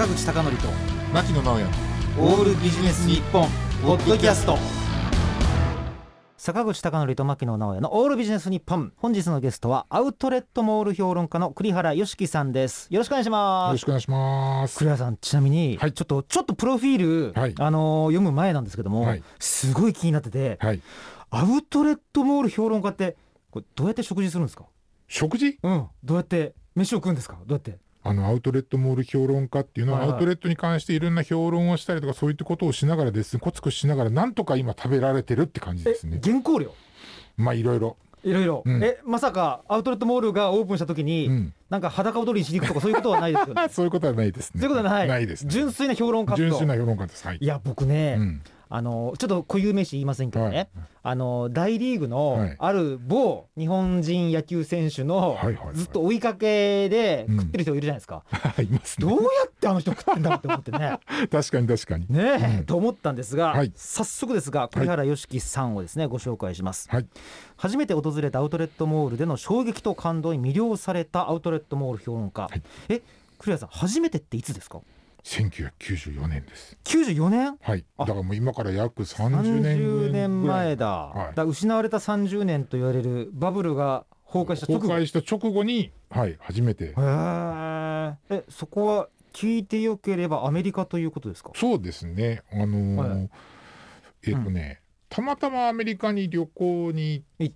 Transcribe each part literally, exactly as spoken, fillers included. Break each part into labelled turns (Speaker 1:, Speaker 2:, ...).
Speaker 1: 坂口孝則と
Speaker 2: 牧野直哉
Speaker 1: オールビジネス日本ポッドキャスト。坂口孝則と牧野直哉のオールビジネス日本。本日のゲストはアウトレットモール評論家の栗原良樹さんです。よろしくお願いします。
Speaker 2: よろしくお願いします。
Speaker 1: 栗原さん、ちなみに、はい、ちょっとちょっとプロフィール、はい、あのー、読む前なんですけども、はい、すごい気になってて、はい、アウトレットモール評論家ってこれどうやって食事するんですか？
Speaker 2: 食事？
Speaker 1: うん、どうやって飯を食うんですか？どうやって？
Speaker 2: あのアウトレットモール評論家っていうのは、はいはい、アウトレットに関していろんな評論をしたりとかそういったことをしながらですね、コツコツしながらなんとか今食べられてるって感じですね。
Speaker 1: 原稿料？
Speaker 2: まあいろいろ
Speaker 1: いろいろ、うん、えまさかアウトレットモールがオープンした時に、うん、なんか裸踊りしに行くとかそういうことはないですよね？
Speaker 2: そういうことはないですね。
Speaker 1: そういうことはない。
Speaker 2: ないですね。
Speaker 1: 純粋な評論家と。
Speaker 2: 純粋な評論家です。はい。
Speaker 1: いや僕ね、うん、あのちょっと固有名詞言いませんけどね、はい、あの大リーグのある某日本人野球選手のずっと追いかけで食ってる人いるじゃないですか、
Speaker 2: うん、いますね。
Speaker 1: どうやってあの人食ってんだろうって思ってね
Speaker 2: 確かに確かに
Speaker 1: ねえ、
Speaker 2: うん、
Speaker 1: と思ったんですが、はい、早速ですが栗原良樹さんをですね、ご紹介します、はい、初めて訪れたアウトレットモールでの衝撃と感動に魅了されたアウトレットモール評論家、はい、え栗原さん初めてっていつですか？
Speaker 2: せんきゅうひゃくきゅうじゅうよねんです。
Speaker 1: きゅうじゅうよねん？
Speaker 2: はい。だからもう今から約さんじゅうねんぐらい。さんじゅうねんまえだ。はい、だ
Speaker 1: 失われたさんじゅうねんと言われるバブルが崩壊した直後。
Speaker 2: 崩壊した直後に、はい、初めて。
Speaker 1: へえ。そこは聞いてよければアメリカということですか？
Speaker 2: そうですね。あのーはい、えっとね、うん、たまたまアメリカに旅行に行って、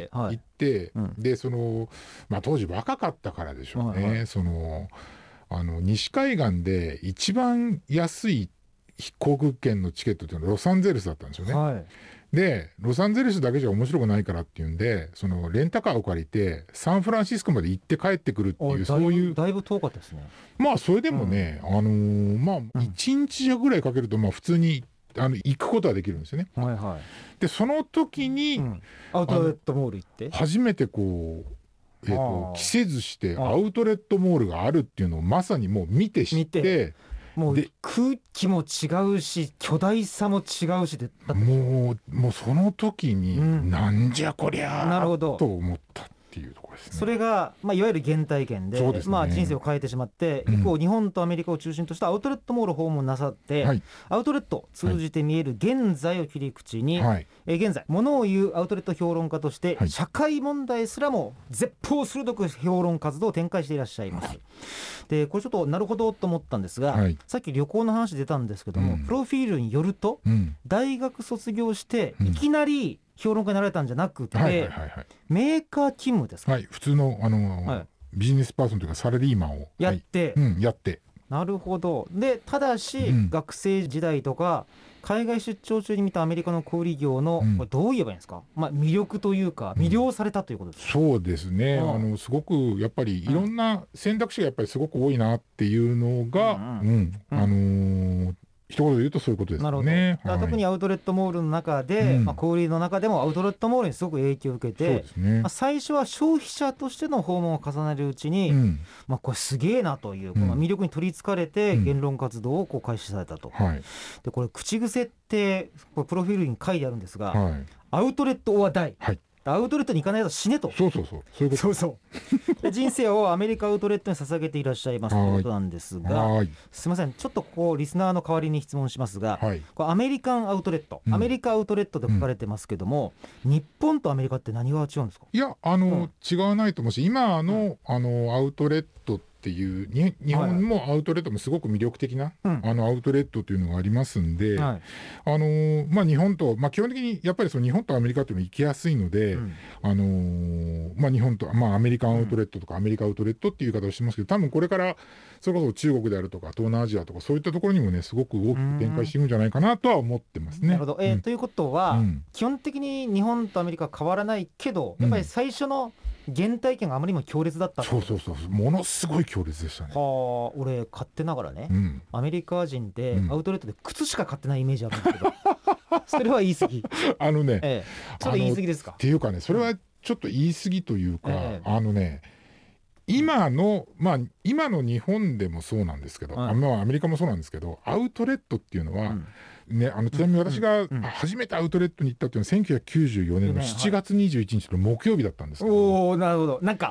Speaker 2: 行って、はい、行ってうん、でそのまあ当時若かったからでしょうね。はいはい、その。あの西海岸で一番安い航空券のチケットっていうのはロサンゼルスだったんですよね、はい、でロサンゼルスだけじゃ面白くないからっていうんでそのレンタカーを借りてサンフランシスコまで行って帰ってくるっていうそういう
Speaker 1: だいぶ遠かったですね。
Speaker 2: まあそれでもね、うん、あのー、まあいちにちぐらいかけるとまあ普通にあの行くことはできるんですよね、はいはい、でその時に、うん、
Speaker 1: アウトレットモール行って
Speaker 2: 初めてこうえー、と着せずしてアウトレットモールがあるっていうのをまさにもう見て知って
Speaker 1: もう空気も違うし巨大さも違うしでだって
Speaker 2: もう、もうその時に、うん、なんじゃこりゃ
Speaker 1: なるほど
Speaker 2: と思ったっていうところですね。
Speaker 1: それが、まあ、いわゆる原体験 で, で、ねまあ、人生を変えてしまって、うん、一方日本とアメリカを中心としたアウトレットモールを訪問なさって、はい、アウトレットを通じて見える現在を切り口に、はい、え現在物を言うアウトレット評論家として、はい、社会問題すらも絶法鋭く評論活動を展開していらっしゃいます、はい、でこれちょっとなるほどと思ったんですが、はい、さっき旅行の話出たんですけども、うん、プロフィールによると、うん、大学卒業していきなり評論家になられたんじゃなくて、はいはいはいはい、メーカー勤務ですか？
Speaker 2: はい、普通の、あのーはい、ビジネスパーソンというかサラリーマンを
Speaker 1: やって、
Speaker 2: はいうん、やって
Speaker 1: なるほど。でただし、うん、学生時代とか海外出張中に見たアメリカの小売業の、うん、これどう言えばいいんですか、まあ、魅力というか魅了されたということですか？
Speaker 2: うん、そうですね、あのすごくやっぱりいろんな選択肢がやっぱりすごく多いなっていうのが、うんうんうん、あのー一言で言うとそういうことですね。なるほど、
Speaker 1: はい、特にアウトレットモールの中で、うんまあ、小売りの中でもアウトレットモールにすごく影響を受けて、そうですねまあ、最初は消費者としての訪問を重ねるうちに、うんまあ、これすげえなという、この魅力に取りつかれて言論活動をこう開始されたと、うんはい、でこれ口癖ってこれプロフィールに書いてあるんですが、はい、アウトレットオアダイ、はいアウトレットに行かないと死ねと。
Speaker 2: そうそうそうそういうこと
Speaker 1: そうそうで人生をアメリカアウトレットに捧げていらっしゃいますということなんですが、すいませんちょっとこうリスナーの代わりに質問しますが、はい、こうアメリカンアウトレット、うん、アメリカアウトレットと書かれてますけども、うん、日本とアメリカって何が違うんですか？
Speaker 2: いやあの、うん、違わないと思うし今の、うん、あのアウトレットっていうに日本もアウトレットもすごく魅力的な、はい、あのアウトレットというのがありますんで、はいあのまあ、日本と、まあ、基本的にやっぱりその日本とアメリカというのは行きやすいので、うんあのまあ、日本と、まあ、アメリカンアウトレットとかアメリカアウトレットっていう言い方をしてますけど多分これからそれこそ中国であるとか東南アジアとかそういったところにもねすごく大きく展開していくんじゃないかなとは思ってますね。
Speaker 1: なるほど、えー
Speaker 2: うん、
Speaker 1: ということは、うん、基本的に日本とアメリカは変わらないけどやっぱり最初の原体験があまりにも強烈だった、
Speaker 2: うん、そうそうそうものすごい強烈でしたね。
Speaker 1: はあ俺勝手ながらね、うん、アメリカ人でアウトレットで靴しか買ってないイメージあるんですけど、うん、それは言い過ぎ
Speaker 2: あのね、
Speaker 1: ええ、それ言い過ぎですか
Speaker 2: っていうかねそれはちょっと言い過ぎというか、ええ、あのね今のまあ今の日本でもそうなんですけど、はい、まあアメリカもそうなんですけどアウトレットっていうのは、うんね、あのちなみに私が初めてアウトレットに行ったっていうのはせんきゅうひゃくきゅうじゅうよねんのしちがつにじゅういちにちの木曜日だったんですけど、
Speaker 1: おーなるほどなんか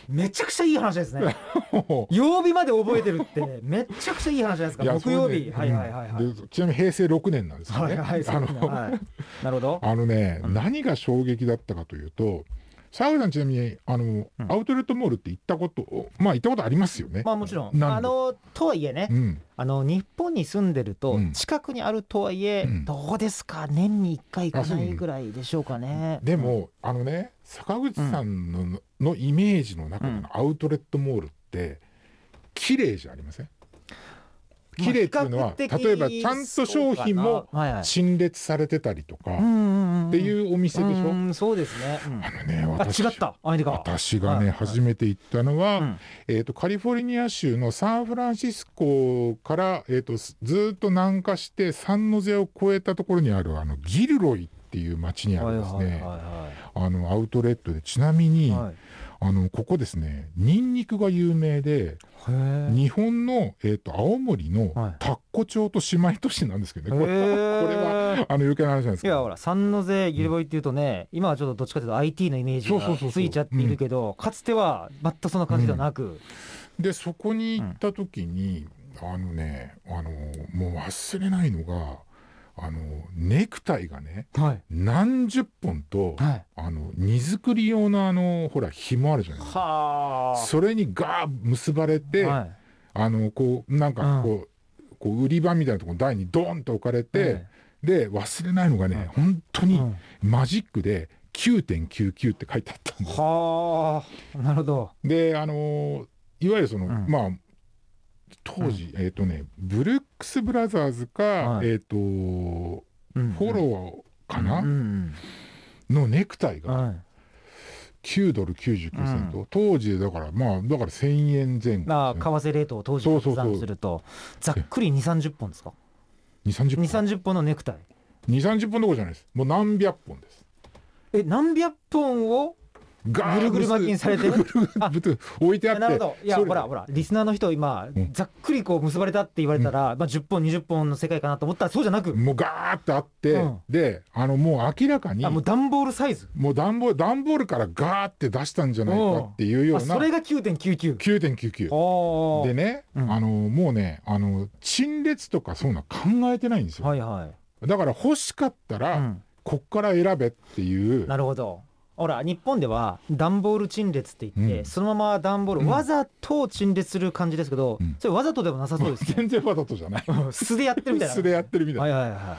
Speaker 1: めちゃくちゃいい話ですね曜日まで覚えてるってめちゃくちゃいい話じゃないですか。木曜日、ね、はいはいはい、はい、
Speaker 2: でちなみに平成ろくねんなんですよね、
Speaker 1: はいはい、あの、はい、なるほど。
Speaker 2: あのね、うん、何が衝撃だったかというと、沢口さんちなみにあの、うん、アウトレットモールって行ったことまあ行ったことありますよね。
Speaker 1: まあもちろんあのとはいえね、うん、あの日本に住んでると、うん、近くにあるとはいえ、うん、どうですか年にいっかい行かないぐらいでしょうかね。
Speaker 2: でもあのね坂口さん の,、うん、のイメージの中のアウトレットモールって綺麗じゃありません？綺麗っていうのは、例えばちゃんと商品も陳列されてたりとかっていうお店でしょ。
Speaker 1: うん、そうですね、うん、
Speaker 2: あのね私
Speaker 1: 違ったアメリカ
Speaker 2: 私がね、はい、初めて行ったのは、うんえー、とカリフォルニア州のサンフランシスコから、えー、とずっと南下してサンノゼを越えたところにあるあのギルロイっていう町にあるですね、はいはいはいはい、あのアウトレットで、ちなみに、はい、あのここですねニンニクが有名で、日本の、えー、と青森の田子町と姉妹都市なんですけどね、これは、これはあの余計な話なんですけど、
Speaker 1: いやほらサンノゼギルボイっていうとね、うん、今はちょっとどっちかというと アイティー のイメージがついちゃっているけど、かつては全くそんな感じではなく、うん、
Speaker 2: でそこに行った時に、うん、あのねあのもう忘れないのがあのネクタイがね、はい、何十本と、はい、あの荷造り用のあのほら紐あるじゃないですか。はそれにガー結ばれて、はい、あのこうなんかこう、うん、こう売り場みたいなところに台にドーンと置かれて、はい、で忘れないのがね、うん、本当にマジックで きゅうてんきゅうきゅう って書いてあったんです。
Speaker 1: はあ、なるほど。
Speaker 2: であのいわゆるその、うん、まあ当時、うん、えっ、ー、とねブルックスブラザーズか、はい、えっ、ー、と、うん、フォローかな、うん、のネクタイがきゅうドルきゅうじゅうきゅうセント、うん、当時だからまあだからせんえんぜん後、
Speaker 1: まあ、為替レートを当時換算するとざっくり にじゅうさんじゅっぽんですか。
Speaker 2: にじゅうさんじゅっぽん、
Speaker 1: にじゅうさんじゅっぽんのネクタイ、
Speaker 2: にじゅうさんじゅっぽんどころじゃないです。もう何百本です。
Speaker 1: え何百本をぐるぐる巻きにされてる
Speaker 2: 置いてあって、
Speaker 1: なるほど。いやほらほらリスナーの人今、うん、ざっくりこう結ばれたって言われたら、うんまあ、じゅっぽんにじゅっぽんの世界かなと思ったらそうじゃなく、
Speaker 2: もうガーってあって、うん、であのもう明らかに
Speaker 1: あもう段ボールサイズ、
Speaker 2: もう段ボール段ボールからガーって出したんじゃないかっていうような、
Speaker 1: それが きゅうてんきゅうきゅう
Speaker 2: きゅうてんきゅうきゅう でね、うん、あのもうねあの陳列とかそういうの考えてないんですよ、はいはい、だから欲しかったら、うん、こっから選べっていう。
Speaker 1: なるほど。ほら日本では段ボール陳列って言って、うん、そのまま段ボール、うん、わざと陳列する感じですけど、うん、それわざとでもなさそうですね。
Speaker 2: 全然わざとじゃない
Speaker 1: 素でやってるみたいな
Speaker 2: 素でやってるみたいな、
Speaker 1: はいはいはい、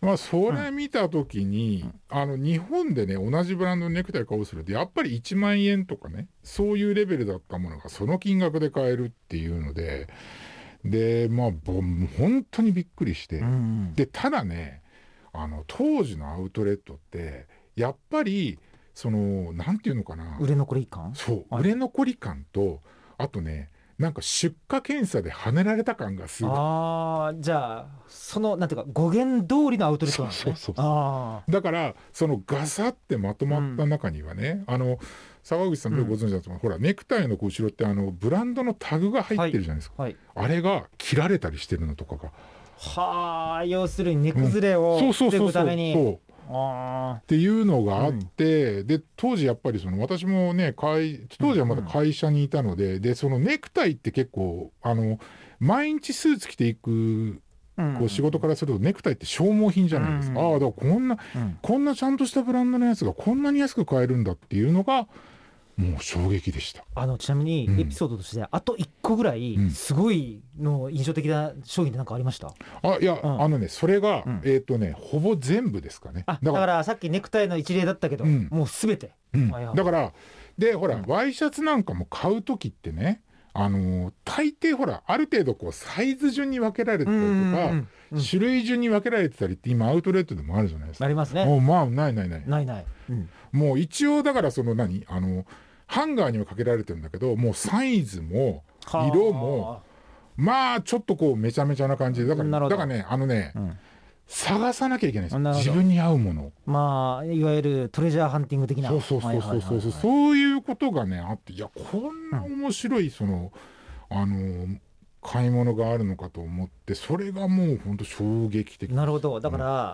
Speaker 2: まあ、それ見た時に、うん、あの日本でね同じブランドのネクタイ買おうするとやっぱりいちまんえんとかねそういうレベルだったものがその金額で買えるっていうので、でまあ本当にびっくりして、うんうん、でただねあの当時のアウトレットってやっぱりそのなんていうのかな、
Speaker 1: 売れ残り感、
Speaker 2: そう、はい、売れ残り感とあとねなんか出荷検査で跳ねられた感がすごい。
Speaker 1: あじゃあそのなんていうか語源通りのアウトレットなんですね。
Speaker 2: そうそうそうそう。あだからそのガサってまとまった中にはね、うん、あの沢口さんどうご存知だと思う、うん、ほらネクタイの後ろってあのブランドのタグが入ってるじゃないですか、はいはい、あれが切られたりしてるのとかが、
Speaker 1: はあ要するに値崩れを防ぐために、うん、そうそうそうそう
Speaker 2: あっていうのがあって、うん、で当時やっぱりその私もね会当時はまだ会社にいたので、うん、でそのネクタイって結構あの毎日スーツ着ていくこう仕事からするとネクタイって消耗品じゃないですか、うん、ああだからこんな、うん、こんなちゃんとしたブランドのやつがこんなに安く買えるんだっていうのがもう衝撃でした。
Speaker 1: あのちなみにエピソードとして、うん、あといっこぐらいすごいの印象的な商品って何かありました？
Speaker 2: あいや、うん、あのねそれが、うん、えっ、ー、とねほぼ全部ですかね。
Speaker 1: あだから、だからさっきネクタイの一例だったけど、うん、もうすべて、
Speaker 2: うんはいはい、だからでほら、うん、ワイシャツなんかも買う時ってねあのー、大抵ほらある程度こうサイズ順に分けられてたりとか、うんうんうん、種類順に分けられてたりって今アウトレットでもあるじゃないですか。
Speaker 1: ありますね。
Speaker 2: もうまあないないない
Speaker 1: ないない、うん、
Speaker 2: もう一応だからその何あのハンガーにはかけられてるんだけどもうサイズも色もまあちょっとこうめちゃめちゃな感じでだからだからねあのね、うん、探さなきゃいけないです自分に合うものを、
Speaker 1: まあいわゆるトレジャーハンティング的な
Speaker 2: そうそうそうそうそうそういうことがねあっていやこんな面白いその、うん、あの買い物があるのかと思って、それがもう本当衝撃的。
Speaker 1: なるほど。だから、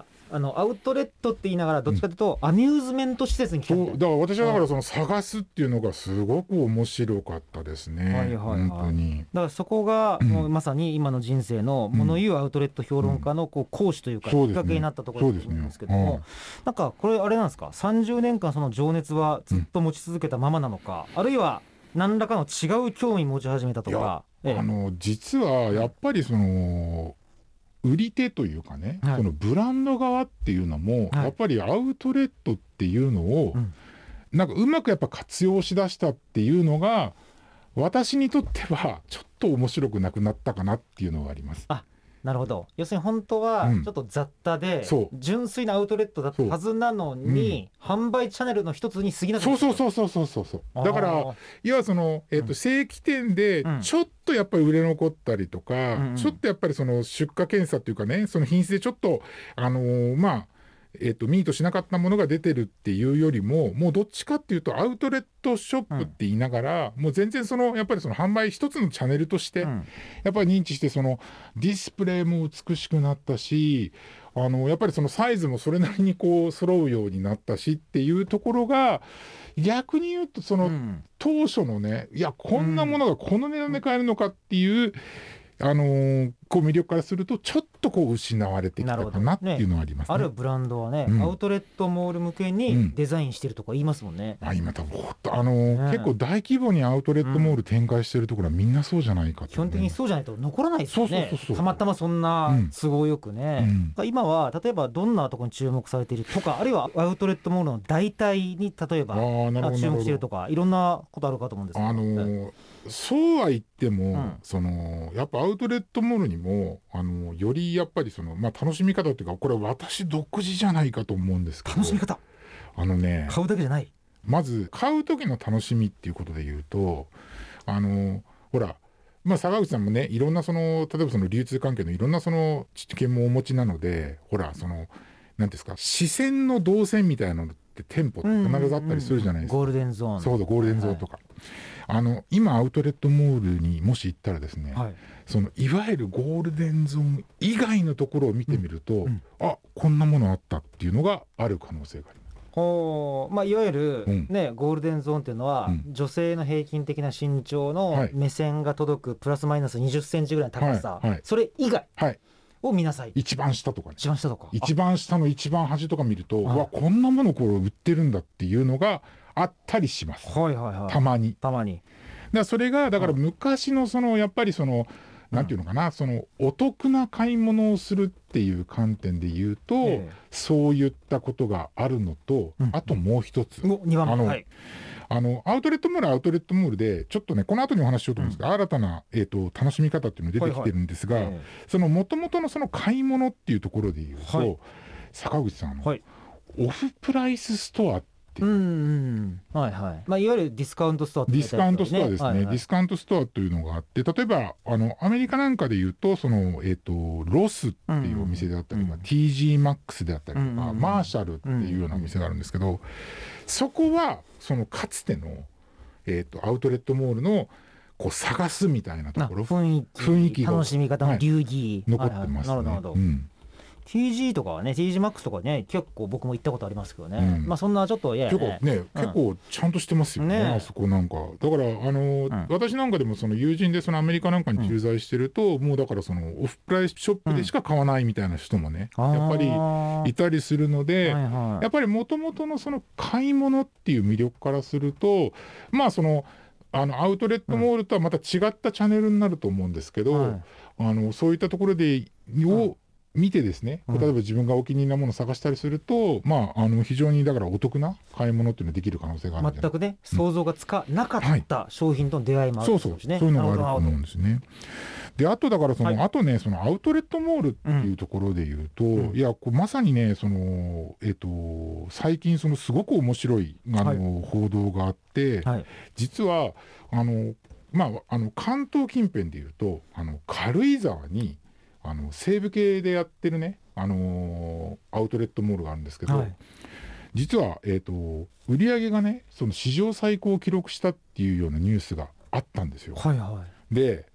Speaker 1: うん、あのアウトレットって言いながらどっちかというと、うん、アミューズメント施設に来たみたいな。
Speaker 2: そうだから私はだからその探すっていうのがすごく面白かったですね、はいはいはい、本当に。
Speaker 1: だからそこがもうまさに今の人生の物言うアウトレット評論家のこう講師というかきっかけになったところだと思うんですけども、なんかこれあれなんですか、さんじゅうねんかんその情熱はずっと持ち続けたままなのか、うん、あるいは何らかの違う興味持ち始めたとか。
Speaker 2: いや、ええ、あの実はやっぱりその売り手というかね、はい、そのブランド側っていうのも、はい、やっぱりアウトレットっていうのを、うん、なんかうまくやっぱ活用しだしたっていうのが私にとってはちょっと面白くなくなったかなっていうのがあります。
Speaker 1: あ、なるほど。要するに本当はちょっと雑多で、うん、純粋なアウトレットだったはずなのに、うん、販売チャンネルの一つに過ぎなかった。
Speaker 2: そうそうそうそうそうそうだからいわその、えーとうん、正規店でちょっとやっぱり売れ残ったりとか、うん、ちょっとやっぱりその出荷検査っていうかね、その品質でちょっとあのー、まあえーと、ミートしなかったものが出てるっていうよりも、もうどっちかっていうとアウトレットショップって言いながら、うん、もう全然そのやっぱりその販売一つのチャンネルとして、うん、やっぱり認知して、そのディスプレイも美しくなったし、あのやっぱりそのサイズもそれなりにこう揃うようになったしっていうところが、逆に言うとその、うん、当初のね、いやこんなものがこの値段で買えるのかっていう、あのー、こう魅力からするとちょっとこう失われてきたかなっていうのはありますね。
Speaker 1: あるブランドはね、うん、アウトレットモール向けにデザインしてるとか言いますもんね、
Speaker 2: うん、あ今多分あのーね、結構大規模にアウトレットモール展開してるところはみんなそうじゃないかと、ね、
Speaker 1: 基本的にそうじゃないと残らないですよね。そうそうそうそう、たまたまそんな都合よくね、うん、今は例えばどんなところに注目されているとか、あるいはアウトレットモールの代替に例えば注目しているとか、いろんなことあるかと思うんですけど、
Speaker 2: あのーそうは言っても、うん、そのやっぱアウトレットモールにもあのよりやっぱりその、まあ、楽しみ方っていうか、これは私独自じゃないかと思うんですけど、
Speaker 1: 楽しみ方、
Speaker 2: あのね、
Speaker 1: 買うだけじゃない、
Speaker 2: まず買う時の楽しみっていうことで言うと、あのほら、まあ、坂口さんもね、いろんなその例えばその流通関係のいろんなその知見もお持ちなので、ほらそのなんですか、視線の動線みたいなのって店舗って必ずあったりするじゃないですか、
Speaker 1: うんうんうん、ゴールデンゾーン、
Speaker 2: そうだゴールデンゾーンとか、はい、あの今アウトレットモールにもし行ったらですね、はい、そのいわゆるゴールデンゾーン以外のところを見てみると、うんうん、あこんなものあったっていうのがある可能性があります。
Speaker 1: ほう、まあ、いわゆる、ね、うん、ゴールデンゾーンっていうのは、うん、女性の平均的な身長の目線が届くプラスマイナスにじゅっセンチぐらいの高さ、はいはい、それ以外、はいを見なさい。
Speaker 2: 一番下とかね、
Speaker 1: 一番下とか
Speaker 2: 一番下の一番端とか見ると、うわこんなものこれ売ってるんだっていうのがあったりします、はいはいはい、たまに
Speaker 1: たまに。
Speaker 2: だからそれがだから昔のそのやっぱりそのなんていうのかな、そのお得な買い物をするっていう観点で言うと、ええ、そういったことがあるのと、うん、あともう一つ、
Speaker 1: うん、にばんめ、
Speaker 2: あの、
Speaker 1: はい、
Speaker 2: あのアウトレットモールはアウトレットモールでちょっとねこの後にお話ししようと思うんですが、うん、新たな、えーと、楽しみ方っていうのが出てきてるんですが、はいはい、その元々のその買い物っていうところで言うと、はい、坂口さん、はい、オフプライスストアってうんうん
Speaker 1: はいはいまあ、いわゆるディスカウントストアって、
Speaker 2: ね、ディスカウントストアですね、はいはい、ディスカウントストアというのがあって、例えばあのアメリカなんかでいうとその、えーと、ロスっていうお店であったりとか、うんうん、ティージーマックス であったりとか、うんうん、マーシャルっていうようなお店があるんですけど、うんうん、そこはそのかつての、えーと、アウトレットモールのこう探すみたいなところ、
Speaker 1: 雰囲気、雰囲気楽しみ方の流儀、
Speaker 2: はい、残ってますね。
Speaker 1: なるほどなるほど、うん、ティージー とかはね ティージーマックス とかね結構僕も行ったことありますけどね、うん、まあそんなちょっといや、
Speaker 2: ね、結構ね、うん、結構ちゃんとしてますよね、ねあそこなんかだからあの、うん、私なんかでもその友人でそのアメリカなんかに駐在してると、うん、もうだからそのオフプライスショップでしか買わないみたいな人もね、うん、やっぱりいたりするので、はいはい、やっぱり元々のその買い物っていう魅力からするとまあそのあのアウトレットモールとはまた違ったチャンネルになると思うんですけど、うん、あのそういったところでを見てですね、例えば自分がお気に入りなものを探したりすると、うん、まあ、あの非常にだからお得な買い物っていうのができる可能性があるんで、
Speaker 1: 全くね想像がつかなかった商品との出会いもあるんですね、はい、そうそう
Speaker 2: そういうのがあると思うんですね。であとだからその、はい、あとねそのアウトレットモールっていうところでいうと、うん、いやこうまさにねその、えーと、最近そのすごく面白いあの、はい、報道があって、はい、実はあの、まあ、あの関東近辺でいうとあの軽井沢にあの西部系でやってるね、あのー、アウトレットモールがあるんですけど、はい、実は、えーと、売り上げがねその史上最高を記録したっていうようなニュースがあったんですよ。はいはい、で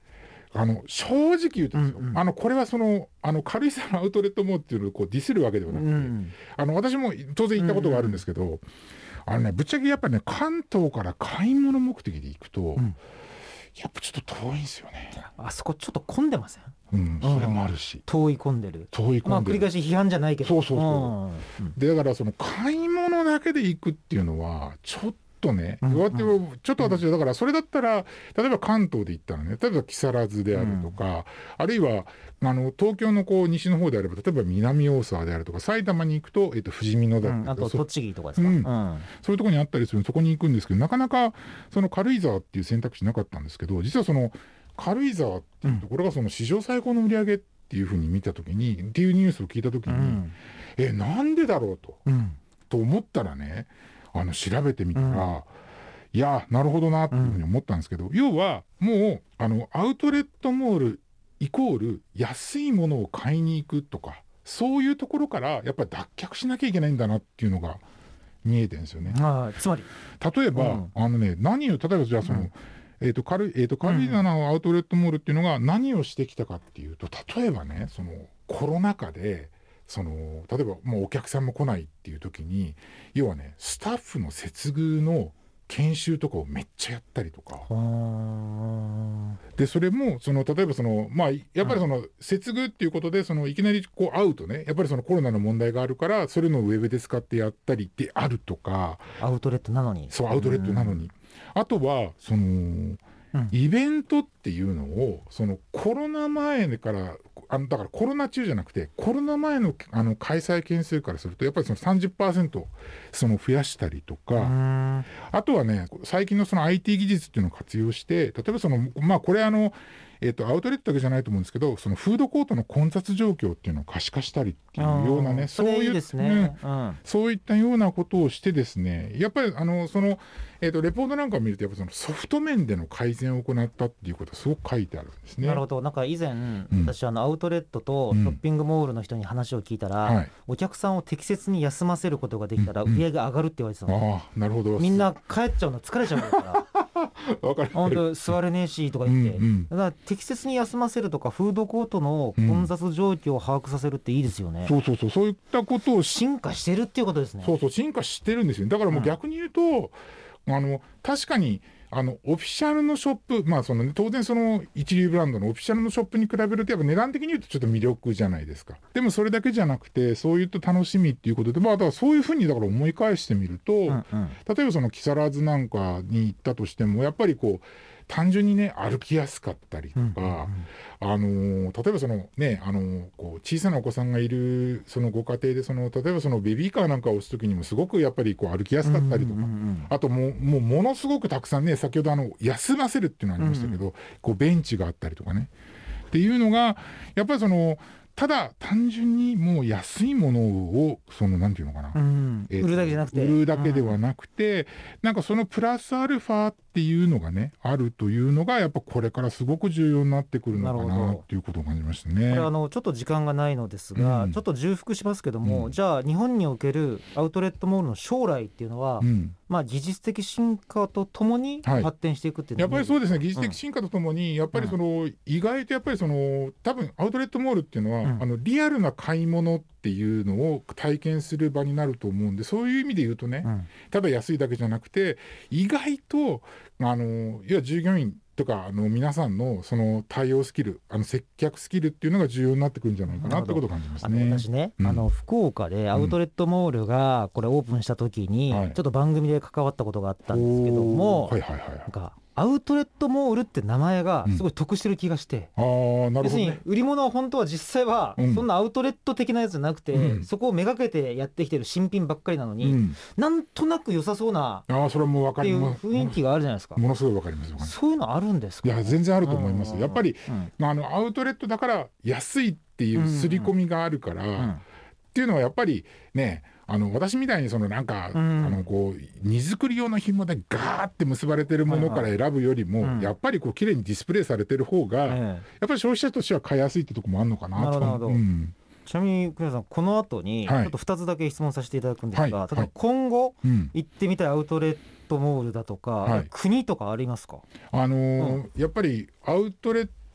Speaker 2: あの正直言うとですよ、うんうん、あのこれはそのあの軽井沢のアウトレットモールっていうのをこうディスるわけではなくて、うん、あの私も当然行ったことがあるんですけど、うんうん、あのねぶっちゃけやっぱりね関東から買い物目的で行くと、うん、やっぱちょっと遠いんですよね。
Speaker 1: あそこちょっと混んでません？
Speaker 2: うん、それもあるし、
Speaker 1: 遠い混んでる
Speaker 2: 遠い混んでる、まあ、
Speaker 1: 繰り返し批判じゃないけど、
Speaker 2: そうそうそう、うん、でだからその買い物だけで行くっていうのはちょっとね、うんうん、ちょっと私はだからそれだったら例えば関東で行ったらね、例えば木更津であるとか、うん、あるいはあの東京のこう西の方であれば例えば南大沢であるとか、埼玉に行くと、えっと、富士見野だったりとか、
Speaker 1: うん、あと栃木とかですか、
Speaker 2: うん
Speaker 1: うん、
Speaker 2: そういうところにあったりする、そこに行くんですけど、なかなかその軽井沢っていう選択肢なかったんですけど、実はその軽井沢っていうところがその史上最高の売り上げっていうふうに見たときに、うん、っていうニュースを聞いたときに、うん、えなんでだろうと、うん、と思ったらね、あの調べてみたら、うん、いやなるほどなっていうふうに思ったんですけど、うん、要はもうあのアウトレットモールイコール安いものを買いに行くとか、そういうところからやっぱり脱却しなきゃいけないんだなっていうのが見えてるんですよね。
Speaker 1: あつまり
Speaker 2: 例えば、うん、あのね何を例えばじゃあその、うんえーと軽いえーと軽井沢のアウトレットモールっていうのが何をしてきたかっていうと、例えばねそのコロナ禍でその例えばもうお客さんも来ないっていう時に、要はねスタッフの接遇の研修とかをめっちゃやったりとかで、それもその例えばそのまあやっぱりその接遇っていうことでそのいきなりこう会うとね、やっぱりそのコロナの問題があるからそれのウェブで使ってやったりってあるとか、
Speaker 1: アウトレットなのに
Speaker 2: そうアウトレットなのに、あとはその、うん、イベントっていうのをそのコロナ前からあのだからコロナ中じゃなくてコロナ前 の, あの開催件数からするとやっぱりその さんじゅっパーセント その増やしたりとか、あとはね最近のその アイティー 技術っていうのを活用して、例えばそのまあこれあのえー、とアウトレットだけじゃないと思うんですけど、そのフードコートの混雑状況っていうのを可視化したりっていうようなね、そういったね、うん、そういったようなことをしてですね、やっぱりあのその、えー、とレポートなんかを見るとやっぱそのソフト面での改善を行ったっていうことがすごく書いてあるんですね。
Speaker 1: なるほど。なんか以前、うん、私あのアウトレットとショッピングモールの人に話を聞いたら、うんはい、お客さんを適切に休ませることができたら売り上げが上がるって言われてたの、うんうん、あなるほど。みんな帰っちゃうの疲れちゃうから
Speaker 2: 分かる
Speaker 1: 本当座れねえしとか言って、うんうん、だから適切に休ませるとかフードコートの混雑状況を把握させるっていいですよね、
Speaker 2: うん、そうそうそう、そういったことを
Speaker 1: 進化してるっていうことですね。
Speaker 2: そうそう進化してるんですよ。だからもう逆に言うと、うん、あの確かにあのオフィシャルのショップ、まあそのね、当然その一流ブランドのオフィシャルのショップに比べるとやっぱ値段的に言うとちょっと魅力じゃないですか。でもそれだけじゃなくてそういった楽しみっていうことで、まあだからそういうふうにだから思い返してみると、うんうん、例えばその木更津なんかに行ったとしてもやっぱりこう単純にね歩きやすかったりとか、うんうんうん、あの例えばそのねあのこう小さなお子さんがいるそのご家庭でその例えばそのベビーカーなんかを押すときにもすごくやっぱりこう歩きやすかったりとか、うんうんうん、あともうもうものすごくたくさんね、先ほどあの休ませるっていうのがありましたけど、うんうん、こうベンチがあったりとかねっていうのがやっぱりそのただ単純にもう安いものをそのなんていうのかな、
Speaker 1: うんえー、売るだけじゃなくて
Speaker 2: 売るだけではなくて、うん、なんかそのプラスアルファっていうのがねあるというのがやっぱこれからすごく重要になってくるのかなっていうことを感じましたね。
Speaker 1: これあのちょっと時間がないのですが、うん、ちょっと重複しますけども、うん、じゃあ日本におけるアウトレットモールの将来っていうのは、うんまあ、技術的進化とともに発展していくっていうのは、
Speaker 2: はい、やっぱりそうですね。技術的進化とともに、うん、やっぱりその意外とやっぱりその多分アウトレットモールっていうのは、うん、あのリアルな買い物っていうのを体験する場になると思うんで、そういう意味で言うとね、うん、ただ安いだけじゃなくて意外とあのいや従業員とかあの皆さんのその対応スキル、あの接客スキルっていうのが重要になってくるんじゃないかなってことを感じますね。
Speaker 1: あの私ね、うん、あの福岡でアウトレットモールがこれオープンした時に、うん、ちょっと番組で関わったことがあったんですけども、はいはいはいはい、なんかアウトレットモールって名前がすごい得してる気がして、うん、あなるほどね、要するに売り物は本当は実際はそんなアウトレット的なやつじゃなくて、うん、そこをめがけてやってきてる新品ばっかりなのに、うん、なんとなく良さそうなっていう雰囲気があるじゃないですか。
Speaker 2: ものすごいわかります。
Speaker 1: そういうのあるんですか？
Speaker 2: いや全然あると思います。やっぱり、うん、あのアウトレットだから安いっていう刷り込みがあるから、うんうん、っていうのはやっぱりね、あの私みたいにそのなんか、うん、あのこう荷造り用の紐でガーって結ばれてるものから選ぶよりも、はいはい、やっぱりこう綺麗にディスプレイされてる方が、うん、やっぱり消費者としては買いやすいってとこもあるのかなと。なるほど、うん、
Speaker 1: ちなみに国枝さん、この後にちょっとふたつだけ質問させていただくんですが、はい、例えば今後、はい、行ってみたいアウトレットモールだとか、はい、国とかありますか？
Speaker 2: あのーうん、やっぱりアウトレッ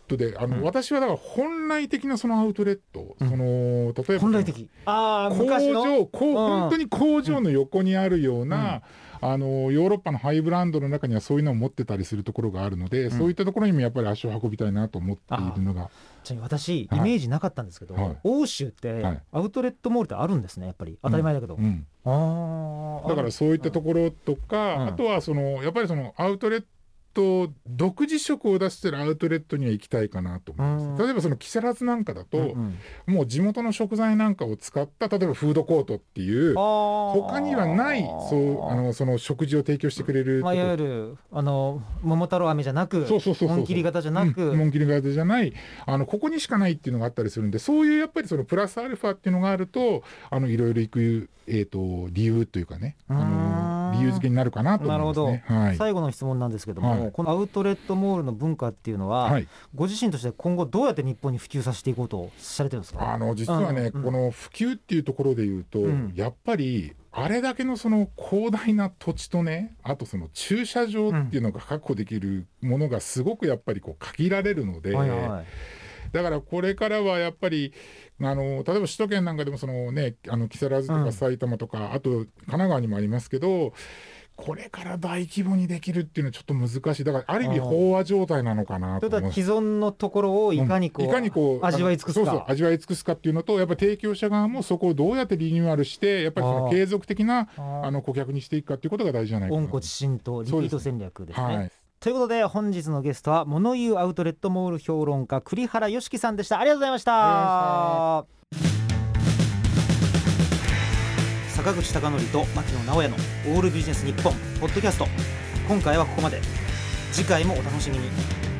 Speaker 2: トであの、うん、私はだから本来的なそのアウトレット、うん、その例えば
Speaker 1: 本来的あ
Speaker 2: 工場こう、うん、本当に工場の横にあるような、うん、あのヨーロッパのハイブランドの中にはそういうのを持ってたりするところがあるので、うん、そういったところにもやっぱり足を運びたいなと思っているのが。
Speaker 1: 私イメージなかったんですけど、はい、欧州ってアウトレットモールってあるんですね、やっぱり当たり前だけど、うんうん、あ
Speaker 2: だからそういったところとか、うん、あとはそのやっぱりそのアウトレット独自色を出してるアウトレットには行きたいかなと思います、うん、例えばその木更津なんかだと、うんうん、もう地元の食材なんかを使った例えばフードコートっていう他にはないそうあのその食事を提供してくれる、
Speaker 1: まあ、いわゆるあの桃太郎飴じゃなく紋切り型じゃなく、
Speaker 2: うん、紋切り型じゃないあのここにしかないっていうのがあったりするんで、そういうやっぱりそのプラスアルファっていうのがあるとあのいろいろ行く、えーと、理由というかね、あの理由付けになるかなと思いますね。
Speaker 1: なるほど、
Speaker 2: はい、
Speaker 1: 最後の質問なんですけども、はい、このアウトレットモールの文化っていうのは、はい、ご自身として今後どうやって日本に普及させていこうとされてるんですか？
Speaker 2: あの実はね、うん、この普及っていうところでいうと、うん、やっぱりあれだけのその広大な土地とね、あとその駐車場っていうのが確保できるものがすごくやっぱりこう限られるので、うんはいはい、だからこれからはやっぱりあの例えば首都圏なんかでもその、ね、あの木更津とか埼玉とか、うん、あと神奈川にもありますけど、これから大規模にできるっていうのはちょっと難しい。だからある意味飽和状態なのかなと思います。
Speaker 1: 既存のところをいかにこう、うん、いかにこう味わい尽くすか、
Speaker 2: そうそう味わい尽くすかっていうのと、やっぱり提供者側もそこをどうやってリニューアルしてやっぱりその継続的なあの顧客にしていくかっていうことが大事じゃないかな。
Speaker 1: 温故知新とリピート戦略ですね。ということで本日のゲストは物言うアウトレットモール評論家栗原良樹さんでした。ありがとうございました。坂口孝則と牧野直哉のオールビジネス日本ポッドキャスト、今回はここまで。次回もお楽しみに。